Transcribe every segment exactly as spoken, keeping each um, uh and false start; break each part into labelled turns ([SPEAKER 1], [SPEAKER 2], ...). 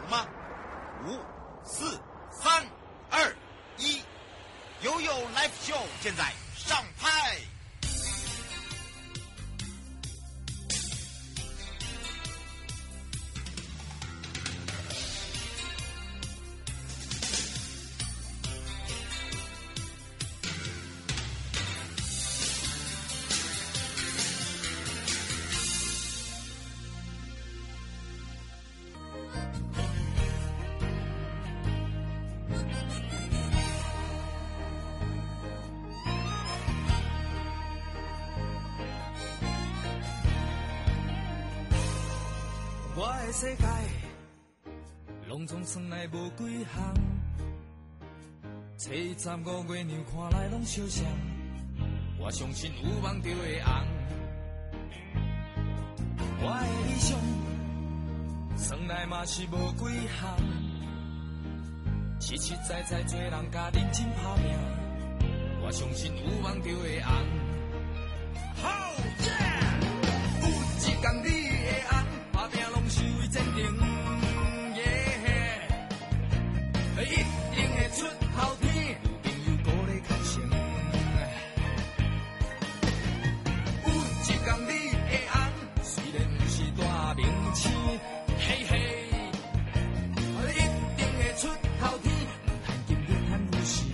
[SPEAKER 1] 吗？五、四、三、二、一，悠悠 Live Show 现在上拍。
[SPEAKER 2] 我的世界，拢总算来无几项，初十五月娘看来拢相像，我相信有梦就会红。我的理想，算来嘛是无几项，实实在在做人甲认真打拼，我相信有梦就会红。好耶！有一天你会红。打拼拢是为前程，耶！一定会出头天，朋友鼓励开心。有一天你会红，虽然不是大明星，嘿嘿，一定会出头天，唔谈金钱谈有时。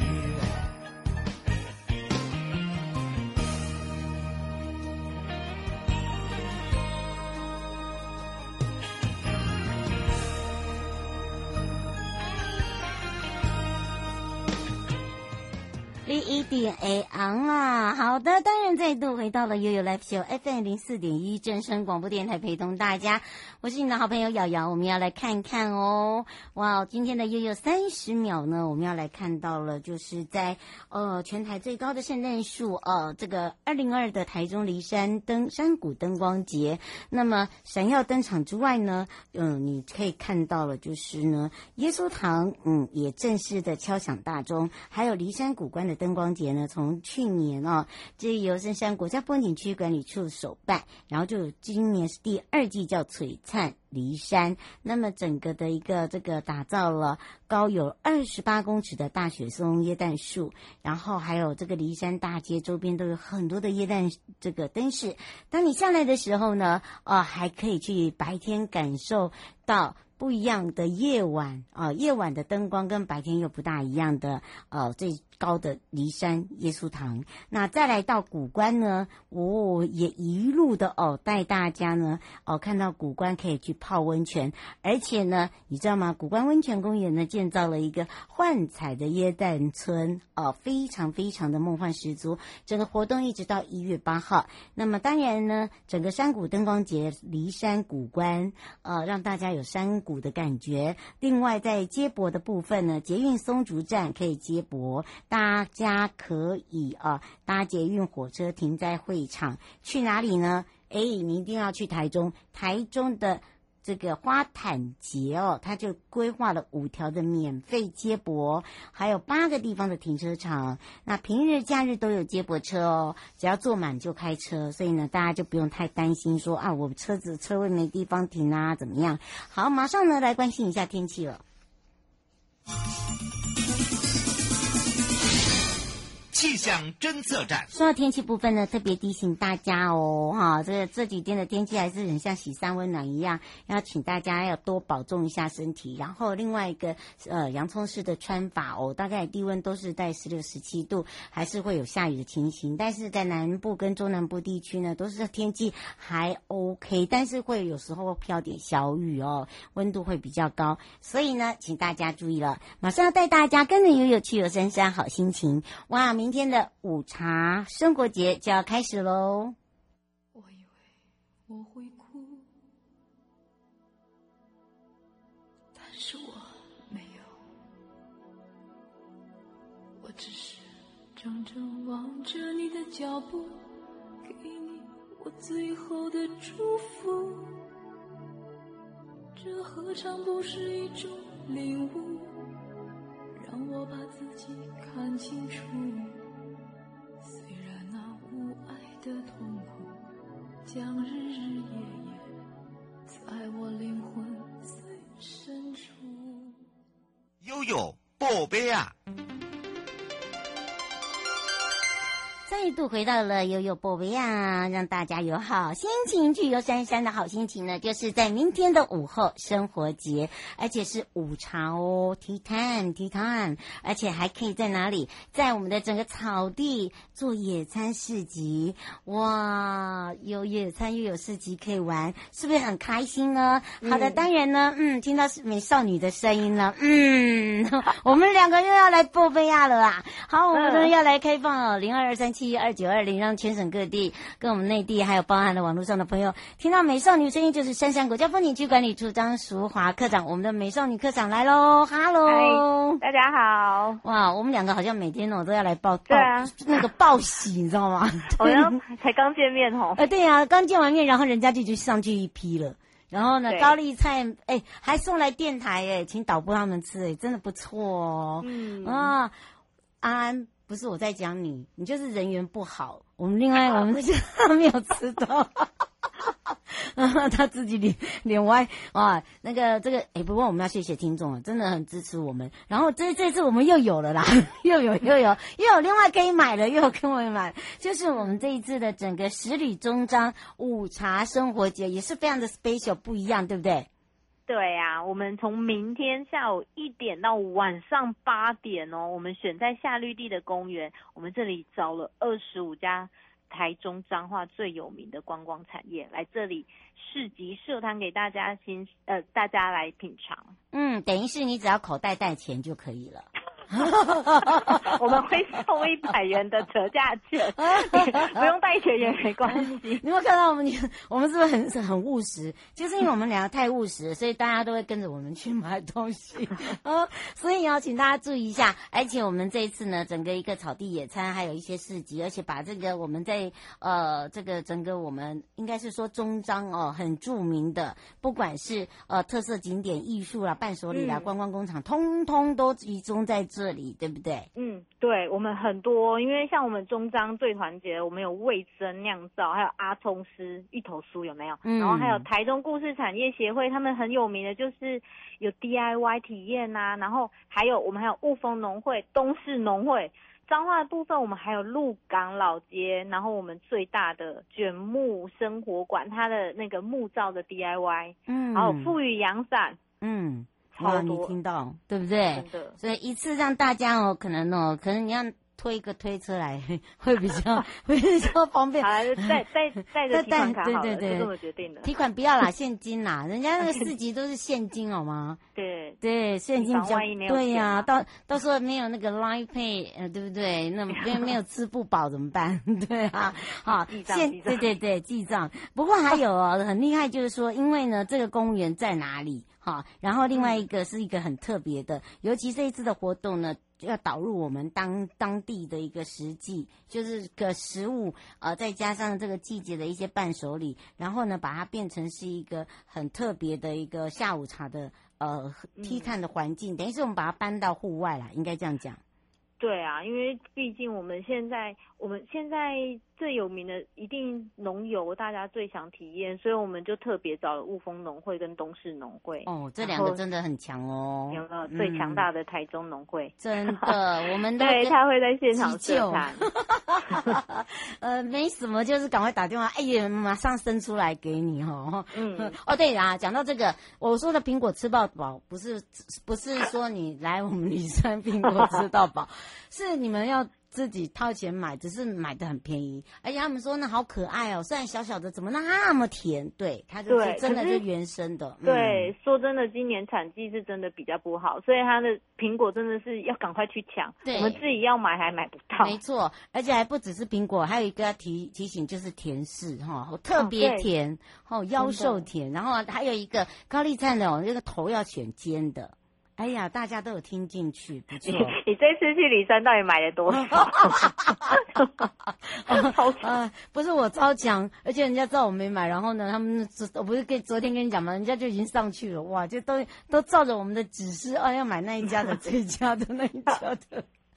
[SPEAKER 3] 你一定会昂啊！好的，当然再度回到了悠悠 Live Show F M 零四点一正声广播电台，陪同大家，我是你的好朋友瑶瑶。我们要来看看哦，哇，今天的悠悠三十秒呢，我们要来看到了，就是在呃全台最高的圣诞树，呃，这个二零二的台中梨山灯山谷灯光节。那么闪耀登场之外呢，嗯、呃，你可以看到了，就是呢，耶稣堂嗯也正式的敲响大钟，还有梨山谷关的灯光节呢，从去年哦，这由深山国家风景区管理处首办，然后就今年是第二季，叫璀璨梨山。那么整个的一个这个打造了高有二十八公尺的大雪松椰蛋树，然后还有这个梨山大街周边都有很多的椰蛋这个灯饰。当你下来的时候呢，呃，还可以去白天感受到不一样的夜晚啊、呃，夜晚的灯光跟白天又不大一样的呃最高的梨山耶稣堂。那再来到谷关呢，哦，也一路的哦带大家呢哦看到谷关可以去泡温泉，而且呢你知道吗？谷关温泉公园呢建造了一个幻彩的椰蛋村哦，非常非常的梦幻十足。整个活动一直到一月八号。那么当然呢，整个山谷灯光节梨山谷关呃让大家有山谷的感觉。另外在接驳的部分呢，捷运松竹站可以接驳，大家可以啊搭捷运火车停在会场。去哪里呢？诶，你一定要去台中，台中的这个花毯节哦，它就规划了五条的免费接驳，还有八个地方的停车场。那平日假日都有接驳车哦，只要坐满就开车，所以呢，大家就不用太担心说啊，我车子车位没地方停啊，怎么样？好，马上呢来关心一下天气了。
[SPEAKER 1] 气象侦测站。
[SPEAKER 3] 说到天气部分呢，特别提醒大家哦，哈，这这几天的天气还是很像喜三温暖一样，要请大家要多保重一下身体。然后另外一个呃洋葱式的穿法哦，大概低温都是在十六、十七度，还是会有下雨的情形。但是在南部跟中南部地区呢，都是天气还 OK， 但是会有时候飘点小雨哦，温度会比较高。所以呢，请大家注意了，马上要带大家跟着悠悠去游深山，好心情哇！明天的午茶生活节就要开始喽。
[SPEAKER 4] 我以为我会哭，但是我没有，我只是怔怔望着你的脚步，给你我最后的祝福。这何尝不是一种领悟，让我把自己看清楚。虽然那无爱的痛苦将日日夜夜在我灵魂最深处。
[SPEAKER 1] 悠悠宝贝啊。
[SPEAKER 3] 再度回到了悠悠宝贝啊，让大家有好心情，具有珊珊的好心情呢，就是在明天的午后生活节，而且是午茶哦 ，tea time tea time， 而且还可以在哪里，在我们的整个草地做野餐市集，哇，有野餐又有市集可以玩，是不是很开心呢？嗯、好的，当然呢，嗯，听到美少女的声音了，嗯，我们两个又要来报备亚了啊，好，我们要来开放哦，零二二三七二九二零，让全省各地跟我们内地还有包含的网络上的朋友听到美少女声音，就是杉山国家风景区管理处张淑华科长，我们的美少女科长来喽，哈喽，
[SPEAKER 5] 大家好。
[SPEAKER 3] 哇，我们两个好像每天哦都要来报
[SPEAKER 5] 对啊
[SPEAKER 3] 那个报喜，你知道吗？
[SPEAKER 5] 好像才刚见面哦。
[SPEAKER 3] 呃，对啊，刚见完面，然后人家就就上去一批了。然后呢，高丽菜哎还送来电台哎，请导播他们吃哎，真的不错哦。嗯啊，安安。不是我在讲你，你就是人缘不好。我们另外我们他没有吃到，他自己脸脸歪啊。那个这个哎、欸，不过我们要谢谢听众啊，真的很支持我们。然后这这次我们又有了啦，又有又有又有另外可以买了，又有可以买，就是我们这一次的整个十里中章午茶生活节也是非常的 special 不一样，对不对？
[SPEAKER 5] 对啊，我们从明天下午一点到晚上八点哦，我们选在夏绿地的公园，我们这里找了二十五家台中彰化最有名的观光产业来这里市集设摊给大家欣呃大家来品尝。嗯，
[SPEAKER 3] 等于是你只要口袋带钱就可以了。
[SPEAKER 5] 我们会送一百元的折价券，不用带钱也没关系。
[SPEAKER 3] 你有没有看到我们？我们是不是很很务实？就是因为我们两个太务实，所以大家都会跟着我们去买东西啊。所以要请大家注意一下。而且我们这一次呢，整个一个草地野餐，还有一些市集，而且把这个我们在呃这个整个我们应该是说中彰哦很著名的，不管是呃特色景点、艺术啦、伴手礼啦、嗯、观光工厂，通通都集中在这里，对不对？
[SPEAKER 5] 嗯，对，我们很多，因为像我们中彰最团结，我们有味噌酿造，还有阿聪师一头酥有没有？嗯，然后还有台中故事产业协会，他们很有名的就是有 D I Y 体验啊，然后还有我们还有雾峰农会、东势农会。彰化的部分，我们还有鹿港老街，然后我们最大的卷木生活馆，它的那个木造的 D I Y， 嗯，还有富裕阳伞，嗯。
[SPEAKER 3] 哇，你听到对不对？真的，所以一次让大家哦，可能哦，可能你要推一个推车来，会比较会比较方便。
[SPEAKER 5] 好，带带带着提款卡好了，对对对，就这么决定的。
[SPEAKER 3] 提款不要啦，现金啦，人家那个市集都是现金好吗？
[SPEAKER 5] 对
[SPEAKER 3] 对，现金比较对呀、啊，到到时候没有那个 Line Pay， 呃，对不对？那没有没有吃不饱怎么办？对啊，好，现对对对记账。不过还有哦，很厉害，就是说，因为呢，这个公园在哪里？好，然后另外一个是一个很特别的，尤其这一次的活动呢，要导入我们当当地的一个实际，就是个食物，呃，再加上这个季节的一些伴手礼，然后呢，把它变成是一个很特别的一个下午茶的呃梯看的环境，等于是我们把它搬到户外啦，应该这样讲。
[SPEAKER 5] 对啊，因为毕竟我们现在我们现在最有名的一定农游，大家最想体验，所以我们就特别找了雾峰农会跟东势农会。
[SPEAKER 3] 哦，这两个真的很强哦，
[SPEAKER 5] 有了最强大的台中农会，
[SPEAKER 3] 嗯、真的，我们都
[SPEAKER 5] 对他会在现场设摊。
[SPEAKER 3] 呃，没什么，就是赶快打电话，哎呀，马上生出来给你哈。嗯，哦对啊，讲到这个，我说的苹果吃到饱，不是不是说你来我们里山苹果吃到饱。是你们要自己掏钱买，只是买的很便宜，而且他们说那好可爱哦，虽然小小的，怎么那么甜？对，它就是真的是原生的。
[SPEAKER 5] 对，
[SPEAKER 3] 嗯、
[SPEAKER 5] 说真的，今年产季是真的比较不好，所以它的苹果真的是要赶快去抢。我们自己要买还买不到。
[SPEAKER 3] 没错，而且还不只是苹果，还有一个要提提醒就是甜柿哈，特别甜，哦，妖兽甜，然后还有一个高丽菜的哦，这个头要选尖的。哎呀，大家都有听进去，不错。
[SPEAKER 5] 你这次去里山到底买了多少？超强、
[SPEAKER 3] 呃！不是我超强，而且人家知道我没买，然后呢，他们我不是跟昨天跟你讲吗？人家就已经上去了，哇，就都都照着我们的指示，啊，要买那一家的，这一家的，那一家的。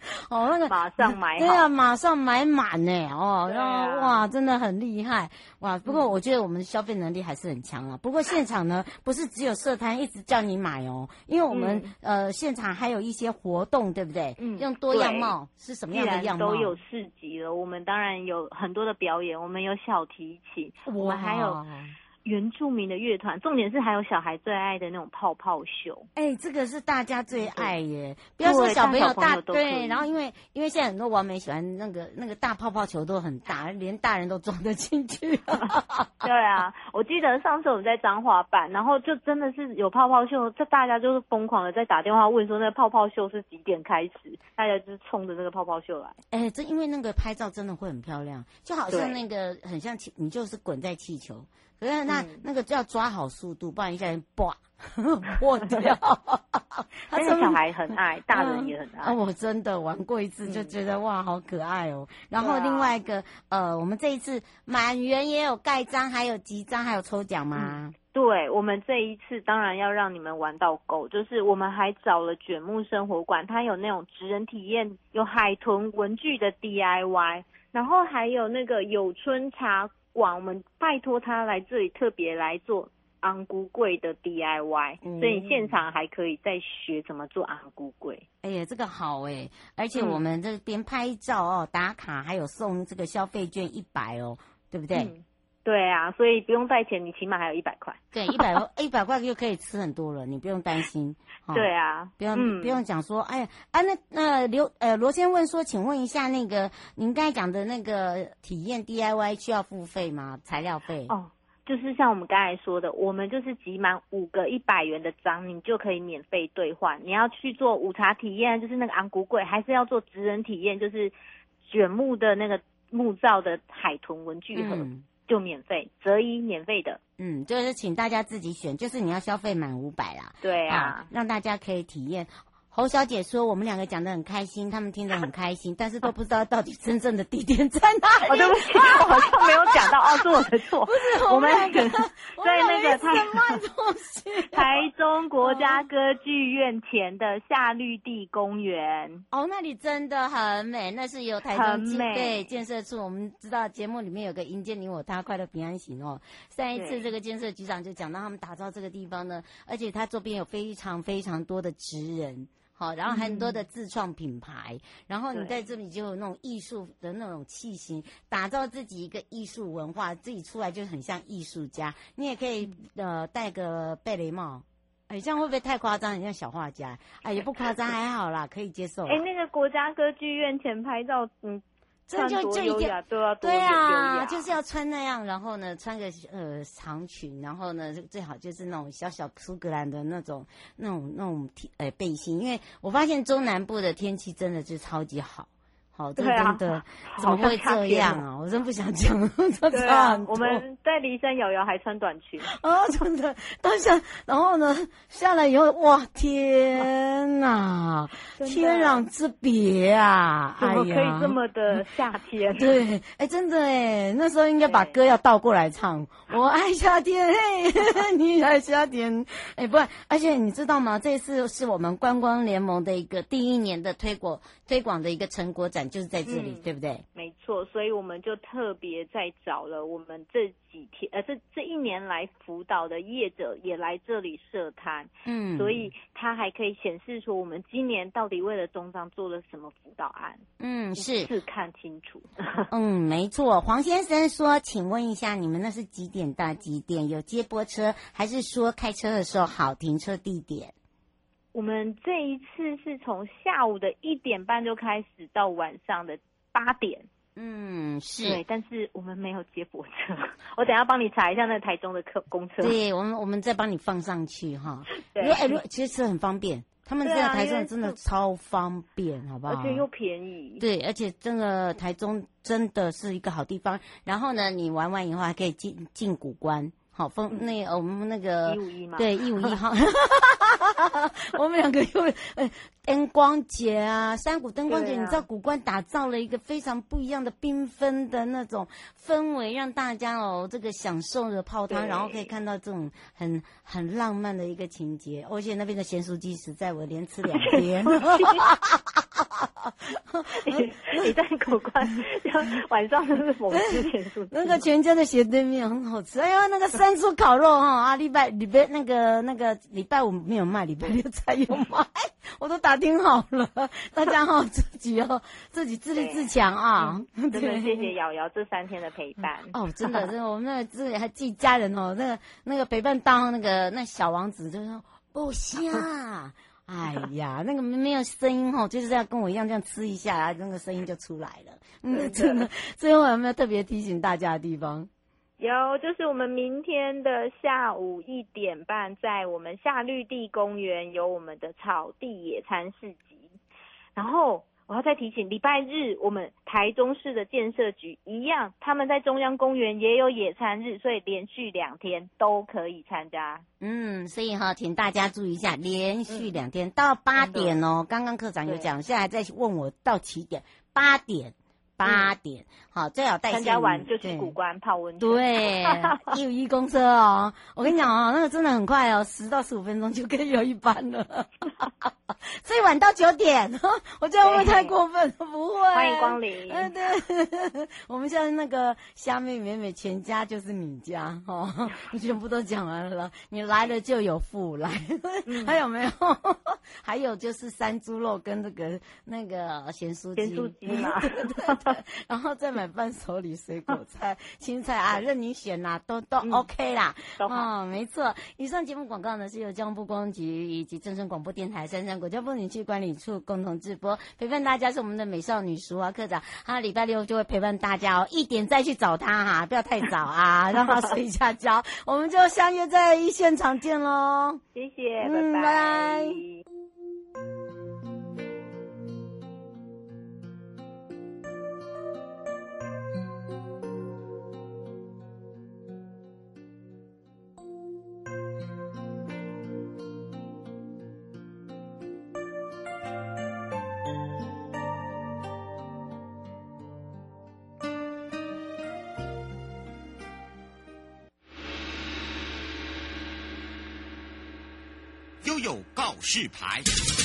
[SPEAKER 3] 哦，那个
[SPEAKER 5] 马上买好，
[SPEAKER 3] 对啊，马上买满呢，哦，然
[SPEAKER 5] 啊、
[SPEAKER 3] 后哇，真的很厉害哇！不过我觉得我们消费能力还是很强啊。不过现场呢，不是只有社摊一直叫你买哦，因为我们、嗯、呃现场还有一些活动，对不对？嗯，用多样貌是什么样的样貌？
[SPEAKER 5] 都有市集了，我们当然有很多的表演，我们有小提琴，我们还有原住民的乐团，重点是还有小孩最爱的那种泡泡秀。
[SPEAKER 3] 哎、欸，这个是大家最爱耶！不要说小朋友大，对，然后因为因为现在很多网美喜欢那个那个大泡泡球都很大，连大人都装得进去。
[SPEAKER 5] 对啊，我记得上次我们在彰化办，然后就真的是有泡泡秀，这大家就是疯狂的在打电话问说那个泡泡秀是几点开始，大家就是冲着那个泡泡秀来。
[SPEAKER 3] 哎、欸，这因为那个拍照真的会很漂亮，就好像那个很像气，你就是滚在气球。可是那、嗯、那个就要抓好速度，不然一下人爆破掉。
[SPEAKER 5] 但是小孩很爱，大人也很爱。
[SPEAKER 3] 啊，我真的玩过一次，就觉得、嗯、哇，好可爱哦。然后另外一个，啊、呃，我们这一次满员也有盖章，还有集章，还有抽奖吗？
[SPEAKER 5] 嗯对，我们这一次当然要让你们玩到够，就是我们还找了卷木生活馆，它有那种职人体验，有海豚文具的 D I Y， 然后还有那个有春茶馆，我们拜托他来这里特别来做昂菇柜的 D I Y，、嗯、所以你现场还可以再学怎么做昂菇柜。
[SPEAKER 3] 哎呀，这个好哎，而且我们这边拍照哦、打卡，还有送这个消费券一百哦，对不对？
[SPEAKER 5] 嗯，对啊，所以不用带钱，你起码还有一百块。
[SPEAKER 3] 对，一百一百块就可以吃很多了，你不用担心。
[SPEAKER 5] 哦、对啊，
[SPEAKER 3] 不用、嗯、不用讲说，哎呀啊，那那刘呃罗先问说，请问一下，那个您刚才讲的那个体验 D I Y 需要付费吗？材料费？
[SPEAKER 5] 哦，就是像我们刚才说的，我们就是集满五个一百元的章，你就可以免费兑换。你要去做午茶体验，就是那个昂菇柜，还是要做职人体验，就是卷木的那个木造的海豚文具盒。嗯，就免费，择一免费的。
[SPEAKER 3] 嗯，就是请大家自己选，就是你要消费满五百啦。
[SPEAKER 5] 对啊、
[SPEAKER 3] 啊，让大家可以体验。侯小姐说我们两个讲得很开心，他们听得很开心，但是都不知道到底真正的地点在哪里。
[SPEAKER 5] 哦，对不起，我好像没有讲到，哦，是我的错。
[SPEAKER 3] 不是，
[SPEAKER 5] 我们
[SPEAKER 3] 两个
[SPEAKER 5] 在那个台
[SPEAKER 3] 台
[SPEAKER 5] 台中国家歌剧院前的夏绿地公园。
[SPEAKER 3] 哦，那里真的很美，那是由台中对建设处，我们知道节目里面有个迎接你我他快乐平安行哦。上一次这个建设局长就讲到他们打造这个地方呢，而且他周边有非常非常多的职人。好，然后很多的自创品牌、嗯，然后你在这里就有那种艺术的那种气息，打造自己一个艺术文化，自己出来就很像艺术家。你也可以呃戴个贝雷帽，哎，这样会不会太夸张？很像小画家？哎，也不夸张，还好啦，可以接受。
[SPEAKER 5] 哎，那个国家歌剧院前拍照，嗯。
[SPEAKER 3] 这就就一定
[SPEAKER 5] 对啊，
[SPEAKER 3] 对啊，就是要穿那样，然后呢，穿个呃长裙，然后呢，最好就是那种小小苏格兰的那种那种那种呃背心，因为我发现中南部的天气真的是超级好。好，真的、啊、怎么会这样啊？我真不想讲了。
[SPEAKER 5] 对啊，我们在骊山瑶瑶还穿短裙
[SPEAKER 3] 啊，真的。当下，然后呢，下来以后，哇，天哪，天壤之别啊！
[SPEAKER 5] 怎么可以这么的夏天？
[SPEAKER 3] 哎、对，哎，真的哎，那时候应该把歌要倒过来唱。我爱夏天，嘿，你爱夏天。哎，不然，而且你知道吗？这次是我们观光联盟的一个第一年的推广推广的一个成果展。就是在这里、嗯，对不对？
[SPEAKER 5] 没错，所以我们就特别在找了我们这几天，呃，这这一年来辅导的业者也来这里设摊，嗯，所以它还可以显示出我们今年到底为了中彰做了什么辅导案，
[SPEAKER 3] 嗯，是
[SPEAKER 5] 是看清楚，
[SPEAKER 3] 嗯，没错。黄先生说，请问一下，你们那是几点到几点？有接驳车，还是说开车的时候好停车地点？
[SPEAKER 5] 我们这一次是从下午的一点半就开始到晚上的八点。
[SPEAKER 3] 嗯，是。
[SPEAKER 5] 对，但是我们没有接驳车，我等一下帮你查一下那台中的客公车。
[SPEAKER 3] 对，我们我们再帮你放上去哈。对，因为哎，其实很方便，他们这个台中真的超方便，好不好？
[SPEAKER 5] 而且又便宜。
[SPEAKER 3] 对，而且真的台中真的是一个好地方。然后呢，你玩完以后还可以进进古关。好，风、嗯、那我们那个
[SPEAKER 5] 一五一嘛，
[SPEAKER 3] 对一五一号，我们两个又呃灯光节啊，山谷灯光节、啊，你知道古关打造了一个非常不一样的缤纷的那种氛围，让大家哦这个享受着泡汤，然后可以看到这种很很浪漫的一个情节。而且那边的咸酥鸡实在我连吃两天。
[SPEAKER 5] 你你在古关，晚上就是某之前说
[SPEAKER 3] 那个全家的斜对面很好吃。哎呦，那个山猪烤肉哈啊，礼拜礼拜那个那个礼拜五没有卖，礼拜六才有卖，我都打听好了，大家哈自己哦自己自立自强啊。
[SPEAKER 5] 真的谢谢瑶瑶这三天的陪伴。
[SPEAKER 3] 哦，真的真的，我们那这里还记家人哦，那个那个陪伴到那个那小王子就说不行啊。哎呀，那个没有声音吼，就是要跟我一样这样吃一下，然后那个声音就出来了。嗯，真的。最后有没有特别提醒大家的地方？
[SPEAKER 5] 有，就是我们明天的下午一点半，在我们夏绿地公园有我们的草地野餐市集。然后我要再提醒，礼拜日我们台中市的建设局一样，他们在中央公园也有野餐日，所以连续两天都可以参加。
[SPEAKER 3] 嗯，所以哈，请大家注意一下，连续两天、嗯、到八点哦。刚刚科长有讲，现在还在问我到几点？八点。八点，嗯、好，最好带
[SPEAKER 5] 参加完就去古关泡温泉。
[SPEAKER 3] 对，一五一公车哦，我跟你讲哦，那个真的很快哦，十到十五分钟就可以有一班了。最晚到九点，我这样会不会太过分？不会，
[SPEAKER 5] 欢迎光临。
[SPEAKER 3] 嗯，对，我们现在那个虾妹美美全家就是你家哦，你全部都讲完了，你来了就有福来，嗯、还有没有？还有就是山猪肉跟这个那个咸酥鸡，
[SPEAKER 5] 咸酥鸡嘛。
[SPEAKER 3] 对对对，然后再买伴手礼、水果菜、青菜啊，任你选啦，都都 OK 啦。
[SPEAKER 5] 嗯、
[SPEAKER 3] 哦，没错。以上节目广告呢是由交通部公安局以及正声广播电台三山国家风景区管理处共同直播，陪伴大家是我们的美少女淑华科长，他礼拜六就会陪伴大家哦，一点再去找他哈，不要太早啊，让他睡一下觉。我们就相约在现场见喽，
[SPEAKER 5] 谢谢，
[SPEAKER 3] 嗯、拜拜。
[SPEAKER 5] 拜拜。
[SPEAKER 1] 悠悠告示牌。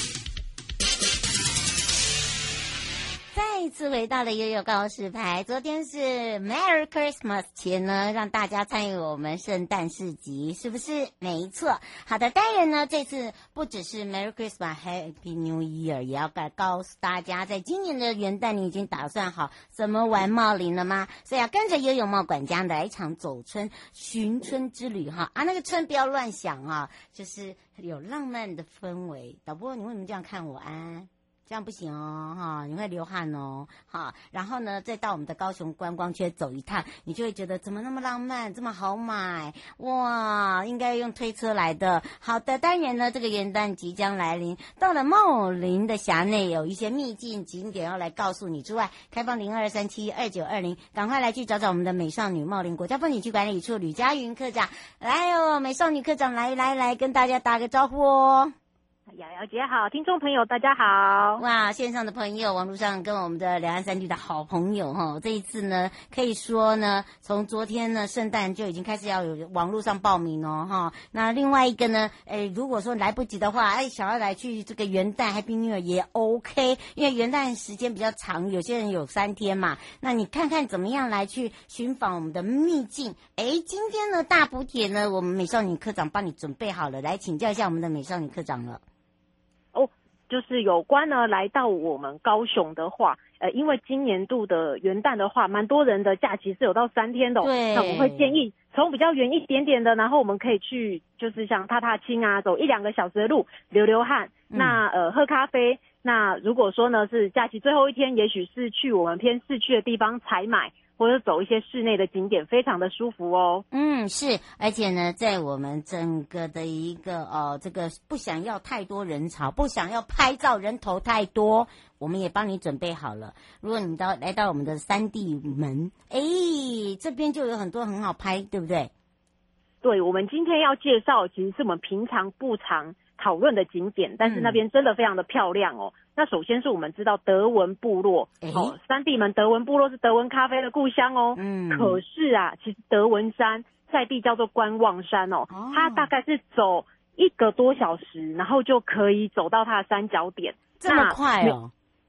[SPEAKER 3] 再一次回到了悠悠告示牌，昨天是 Merry Christmas 前呢，让大家参与我们圣诞市集，是不是？没错。好的，当然呢，这次不只是 Merry Christmas Happy New Year， 也要告诉大家，在今年的元旦，你已经打算好怎么玩茂林了吗？所以要跟着悠悠茂管家来一场走春寻春之旅哈啊，那个春不要乱想啊，就是有浪漫的氛围。导播，你为什么这样看我啊？这样不行哦，哈，你会流汗哦，哈。然后呢，再到我们的高雄观光圈走一趟，你就会觉得怎么那么浪漫，这么好买，哇，应该用推车来的。好的，当然呢，这个元旦即将来临，到了茂林的辖内有一些秘境景点要来告诉你之外，开放零二三七二九二零，赶快来去找找我们的美少女茂林国家风景区管理处吕佳云科长，来哦，美少女科长来来来跟大家打个招呼哦。
[SPEAKER 5] 瑶瑶姐好，听众朋友大家好。
[SPEAKER 3] 哇，线上的朋友，网络上跟我们的两岸三地的好朋友哈，这一次呢，可以说呢，从昨天呢，圣诞就已经开始要有网络上报名哦哈。那另外一个呢，诶，如果说来不及的话，哎，想要来去这个元旦 Happy New Year 也 OK， 因为元旦时间比较长，有些人有三天嘛。那你看看怎么样来去寻访我们的秘境？哎，今天呢大补帖呢，我们美少女科长帮你准备好了，来请教一下我们的美少女科长了。
[SPEAKER 5] 就是有关呢，来到我们高雄的话，呃，因为今年度的元旦的话，蛮多人的假期是有到三天的、哦，
[SPEAKER 3] 对，
[SPEAKER 5] 那我们会建议从比较远一点点的，然后我们可以去，就是像踏踏青啊，走一两个小时的路，流流汗，嗯、那呃喝咖啡。那如果说呢是假期最后一天，也许是去我们偏市区的地方采买。或者走一些室内的景点，非常的舒服哦。
[SPEAKER 3] 嗯，是，而且呢，在我们整个的一个呃，这个不想要太多人潮，不想要拍照人头太多，我们也帮你准备好了。如果你到来到我们的三地门，哎，这边就有很多很好拍，对不对？
[SPEAKER 5] 对，我们今天要介绍，其实是我们平常不常讨论的景点，但是那边真的非常的漂亮哦。嗯、那首先是我们知道德文部落，哦，三地门德文部落是德文咖啡的故乡哦。嗯。可是啊，其实德文山在地叫做观望山哦，哦它大概是走一个多小时，然后就可以走到它的三角点。
[SPEAKER 3] 这么快哦？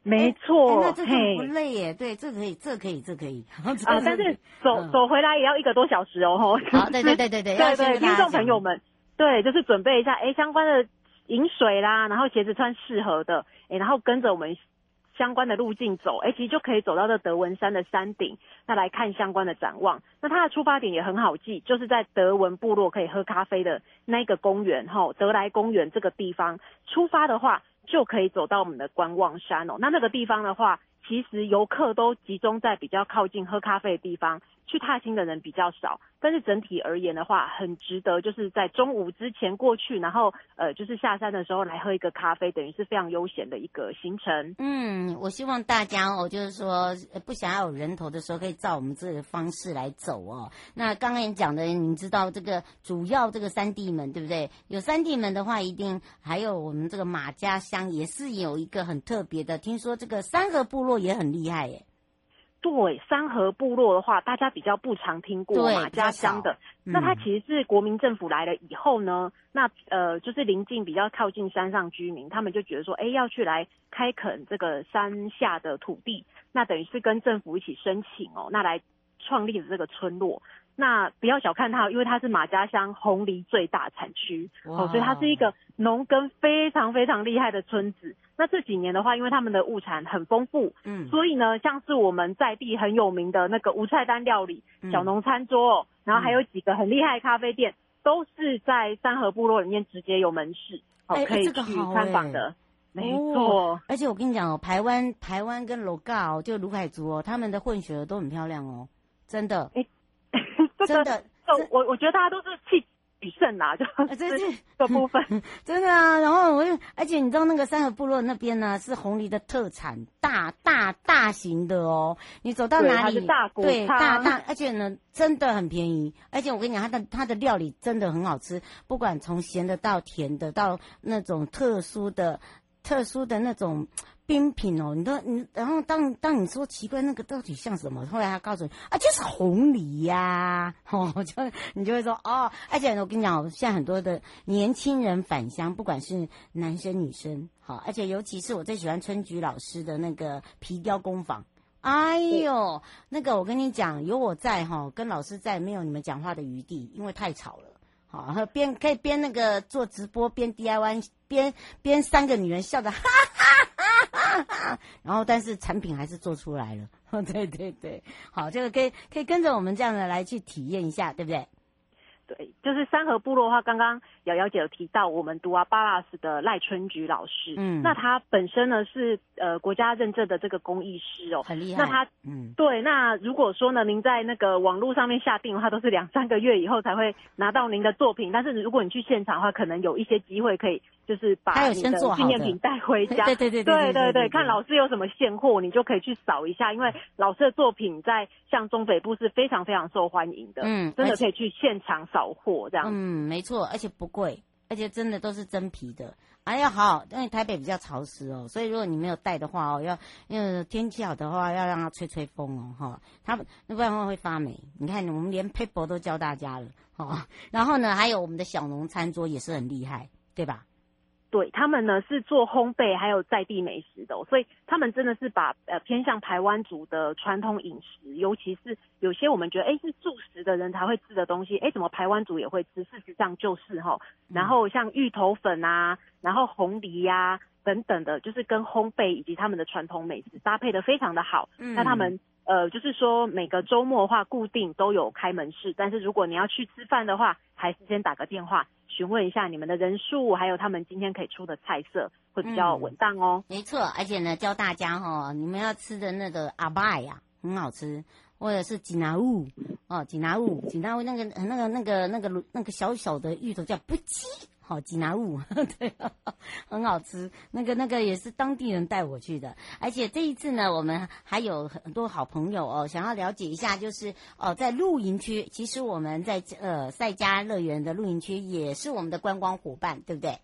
[SPEAKER 6] 没错，
[SPEAKER 3] 欸欸、那这个不累耶，对，这可以，这可以，这可以啊、
[SPEAKER 6] 呃！但是走、嗯、走回来也要一个多小时哦，吼。
[SPEAKER 3] 好，对对对对对，
[SPEAKER 6] 对对，听众朋友们，对，就是准备一下，哎，相关的饮水啦，然后鞋子穿适合的，哎，然后跟着我们相关的路径走，哎，其实就可以走到这德文山的山顶，那来看相关的展望。那它的出发点也很好记，就是在德文部落可以喝咖啡的那个公园，吼，德莱公园这个地方出发的话，就可以走到我们的观望山哦。那那个地方的话，其实游客都集中在比较靠近喝咖啡的地方，去踏青的人比较少。但是整体而言的话，很值得就是在中午之前过去，然后呃就是下山的时候来喝一个咖啡，等于是非常悠闲的一个行程。
[SPEAKER 3] 嗯，我希望大家哦，就是说不想要有人头的时候，可以照我们这个方式来走哦。那刚刚讲的，你知道这个主要这个山地门对不对？有山地门的话，一定还有我们这个马家乡也是有一个很特别的，听说这个三河部落也很厉害耶。
[SPEAKER 6] 对，三河部落的话，大家比较不常听过马家乡的。
[SPEAKER 3] 嗯、
[SPEAKER 6] 那它其实是国民政府来了以后呢，那呃就是邻近比较靠近山上居民，他们就觉得说，哎，要去来开垦这个山下的土地，那等于是跟政府一起申请哦，那来创立了这个村落。那不要小看它，因为它是马家乡红梨最大产区哦，所以它是一个农耕非常非常厉害的村子。那这几年的话，因为他们的物产很丰富，嗯，所以呢，像是我们在地很有名的那个无菜单料理、嗯、小农餐桌哦，然后还有几个很厉害的咖啡店，都是在三河部落里面直接有门市哦，
[SPEAKER 3] 欸、
[SPEAKER 6] 可以去参访的。欸没错、
[SPEAKER 3] 哦，而且我跟你讲哦，台湾台湾跟罗嘎哦，就卢凯族哦，他们的混血儿都很漂亮哦，真的。哎、
[SPEAKER 6] 欸，真的，我我觉得大家都是气比胜啦，就这是这部分，
[SPEAKER 3] 真的啊。然后我就，而且你知道那个三河部落那边呢，是红梨的特产，大大大型的哦。你走到哪里，
[SPEAKER 6] 对，大谷
[SPEAKER 3] 对大大，而且呢真的很便宜。而且我跟你讲，它的它的料理真的很好吃，不管从咸的到甜的，到那种特殊的。特殊的那种冰品哦，你都你，然后当当你说奇怪那个到底像什么，后来他告诉你啊，就是红梨呀、啊，哦，就你就会说哦，而且我跟你讲，现在很多的年轻人返乡，不管是男生女生，好，而且尤其是我最喜欢春菊老师的那个皮雕工坊。哎呦，那个我跟你讲，有我在哈，跟老师在，没有你们讲话的余地，因为太吵了。好，边可以边那个做直播边 D I Y 边边三个女人笑的哈哈哈哈哈，然后但是产品还是做出来了，对对对，好，这个可以可以跟着我们这样的来去体验一下，对不对？
[SPEAKER 6] 对，就是三河部落的话，刚刚瑶瑶姐有提到我们读啊巴拉斯的赖春菊老师，嗯，那他本身呢是呃国家认证的这个工艺师哦，
[SPEAKER 3] 很厉害。
[SPEAKER 6] 那他
[SPEAKER 3] 嗯，
[SPEAKER 6] 对，那如果说呢您在那个网络上面下定的话，都是两三个月以后才会拿到您的作品，但是如果你去现场的话，可能有一些机会可以就是把你的纪念品带回家，
[SPEAKER 3] 对对对
[SPEAKER 6] 对对对，看老师有什么现货，你就可以去扫一下，因为老师的作品在像中北部是非常非常受欢迎的，嗯，真的可以去现场扫货这样。
[SPEAKER 3] 嗯，没错，而且不贵，而且真的都是真皮的。哎呀，好，因为台北比较潮湿哦，所以如果你没有带的话哦，要因为天气好的话，要让它吹吹风哦，哈，它那不然的话会发霉。你看，我们连 paper 都教大家了，哦，然后呢，还有我们的小农餐桌也是很厉害，对吧？
[SPEAKER 6] 对，他们呢是做烘焙还有在地美食的、哦，所以他们真的是把呃偏向台湾族的传统饮食，尤其是有些我们觉得哎是素食的人才会吃的东西，哎怎么台湾族也会吃？事实上就是哈、哦，然后像芋头粉啊，然后红梨呀、啊、等等的，就是跟烘焙以及他们的传统美食搭配的非常的好。嗯，那他们呃就是说每个周末的话固定都有开门市，但是如果你要去吃饭的话，还是先打个电话。询问一下你们的人数，还有他们今天可以出的菜色，会比较稳当哦。
[SPEAKER 3] 嗯、没错，而且呢，教大家哈、哦，你们要吃的那个阿拜呀，很好吃，或者是吉拿乌哦，吉拿乌，吉拿乌那个那个那个那个那个小小的芋头叫不鸡，好吉拿乌，对、啊，很好吃。那个那个也是当地人带我去的，而且这一次呢，我们还有很多好朋友哦，想要了解一下，就是哦，在露营区，其实我们在呃赛嘉乐园的露营区也是我们的观光伙伴，对不对？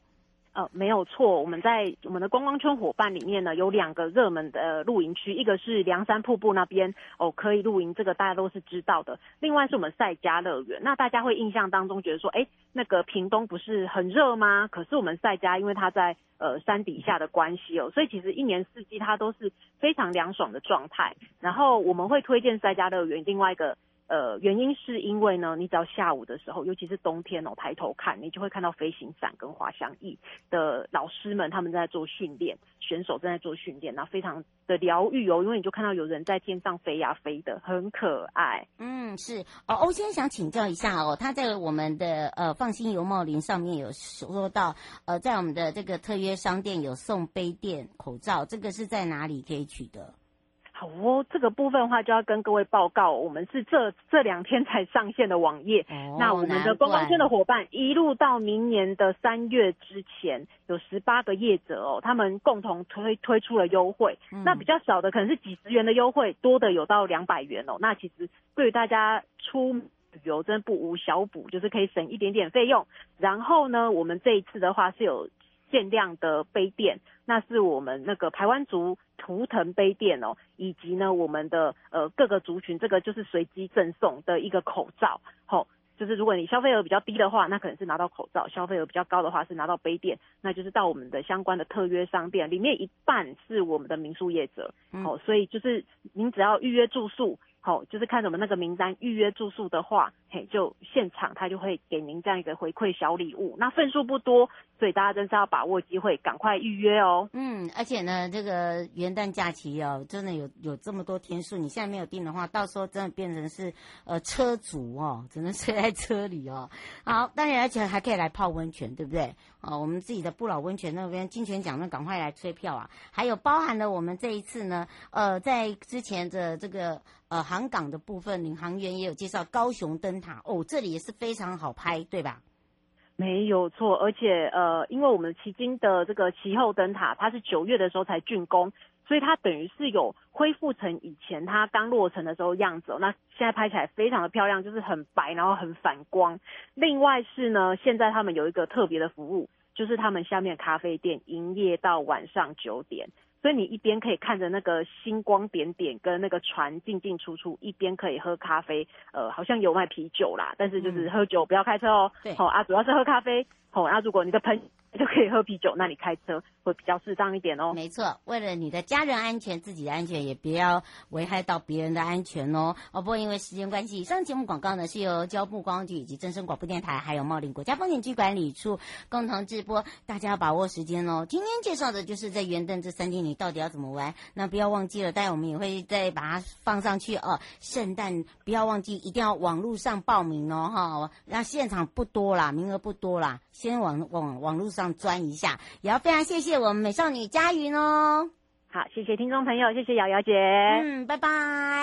[SPEAKER 6] 呃，没有错，我们在我们的观光圈伙伴里面呢，有两个热门的露营区，一个是凉山瀑布那边哦，可以露营，这个大家都是知道的。另外是我们赛嘉乐园，那大家会印象当中觉得说，哎，那个屏东不是很热吗？可是我们赛嘉因为它在呃山底下的关系哦，所以其实一年四季它都是非常凉爽的状态。然后我们会推荐赛嘉乐园，另外一个。呃，原因是因为呢，你只要下午的时候，尤其是冬天哦，抬头看，你就会看到飞行伞跟滑翔翼的老师们他们在做训练，选手正在做训练，然后非常的疗愈哦，因为你就看到有人在天上飞呀飞的，很可爱。
[SPEAKER 3] 嗯，是哦。欧先生想请教一下哦，他在我们的呃放心游茂林上面有说到，呃，在我们的这个特约商店有送杯垫、口罩，这个是在哪里可以取得？
[SPEAKER 6] 好哦，这个部分的话就要跟各位报告，我们是这这两天才上线的网页。哦、那我们的观光圈的伙伴，一路到明年的三月之前，有十八个业者哦，他们共同推推出了优惠。嗯、那比较少的可能是几十元的优惠，多的有到两百元哦。那其实对于大家出旅游真不无小补，就是可以省一点点费用。然后呢，我们这一次的话是有限量的杯垫，那是我们那个排湾族图腾杯垫哦，以及呢我们的呃各个族群，这个就是随机赠送的一个口罩，吼、哦，就是如果你消费额比较低的话，那可能是拿到口罩；消费额比较高的话是拿到杯垫，那就是到我们的相关的特约商店，里面一半是我们的民宿业者，哦，所以就是您只要预约住宿。好、哦，就是看我们那个名单预约住宿的话，嘿，就现场他就会给您这样一个回馈小礼物。那份数不多，所以大家真是要把握机会，赶快预约哦。
[SPEAKER 3] 嗯，而且呢，这个元旦假期哦，真的有有这么多天数，你现在没有订的话，到时候真的变成是呃车主哦，只能睡在车里哦。好，当然而且还可以来泡温泉，对不对？哦，我们自己的不老温泉那边金泉奖呢，赶快来催票啊！还有包含了我们这一次呢，呃，在之前的这个。呃，航港的部分，领航员也有介绍高雄灯塔哦，这里也是非常好拍，对吧？
[SPEAKER 6] 没有错，而且呃，因为我们旗津的这个旗后灯塔，它是九月的时候才竣工，所以它等于是有恢复成以前它刚落成的时候样子哦。那现在拍起来非常的漂亮，就是很白，然后很反光。另外是呢，现在他们有一个特别的服务，就是他们下面咖啡店营业到晚上九点。所以你一边可以看着那个星光点点跟那个船进进出出，一边可以喝咖啡，呃，好像有卖啤酒啦，但是就是喝酒不要开车哦。
[SPEAKER 3] 对，
[SPEAKER 6] 好、哦、啊，主要是喝咖啡。好、哦，啊，如果你的朋友就可以喝啤酒，那你开车会比较适当一点哦。
[SPEAKER 3] 没错，为了你的家人安全、自己的安全，也不要危害到别人的安全哦。哦，不过因为时间关系，以上节目广告呢是由交通部观光局以及正声广播电台，还有茂林国家风景区管理处共同直播，大家要把握时间哦。今天介绍的就是在元旦这三天你到底要怎么玩，那不要忘记了，待会我们也会再把它放上去哦。圣诞不要忘记，一定要网络上报名哦，哈，那现场不多啦，名额不多啦，先网网网络上钻一下。也要非常谢谢我们美少女佳云哦。
[SPEAKER 6] 好，谢谢听众朋友，谢谢瑶瑶姐。
[SPEAKER 3] 嗯，拜拜。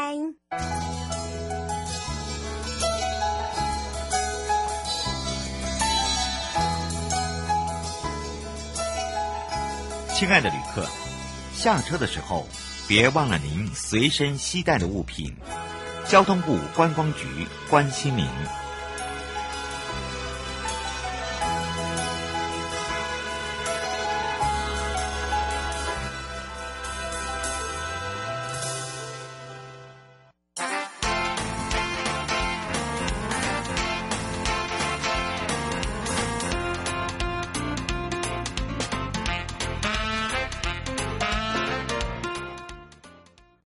[SPEAKER 1] 亲爱的旅客，下车的时候别忘了您随身携带的物品。交通部观光局关心您。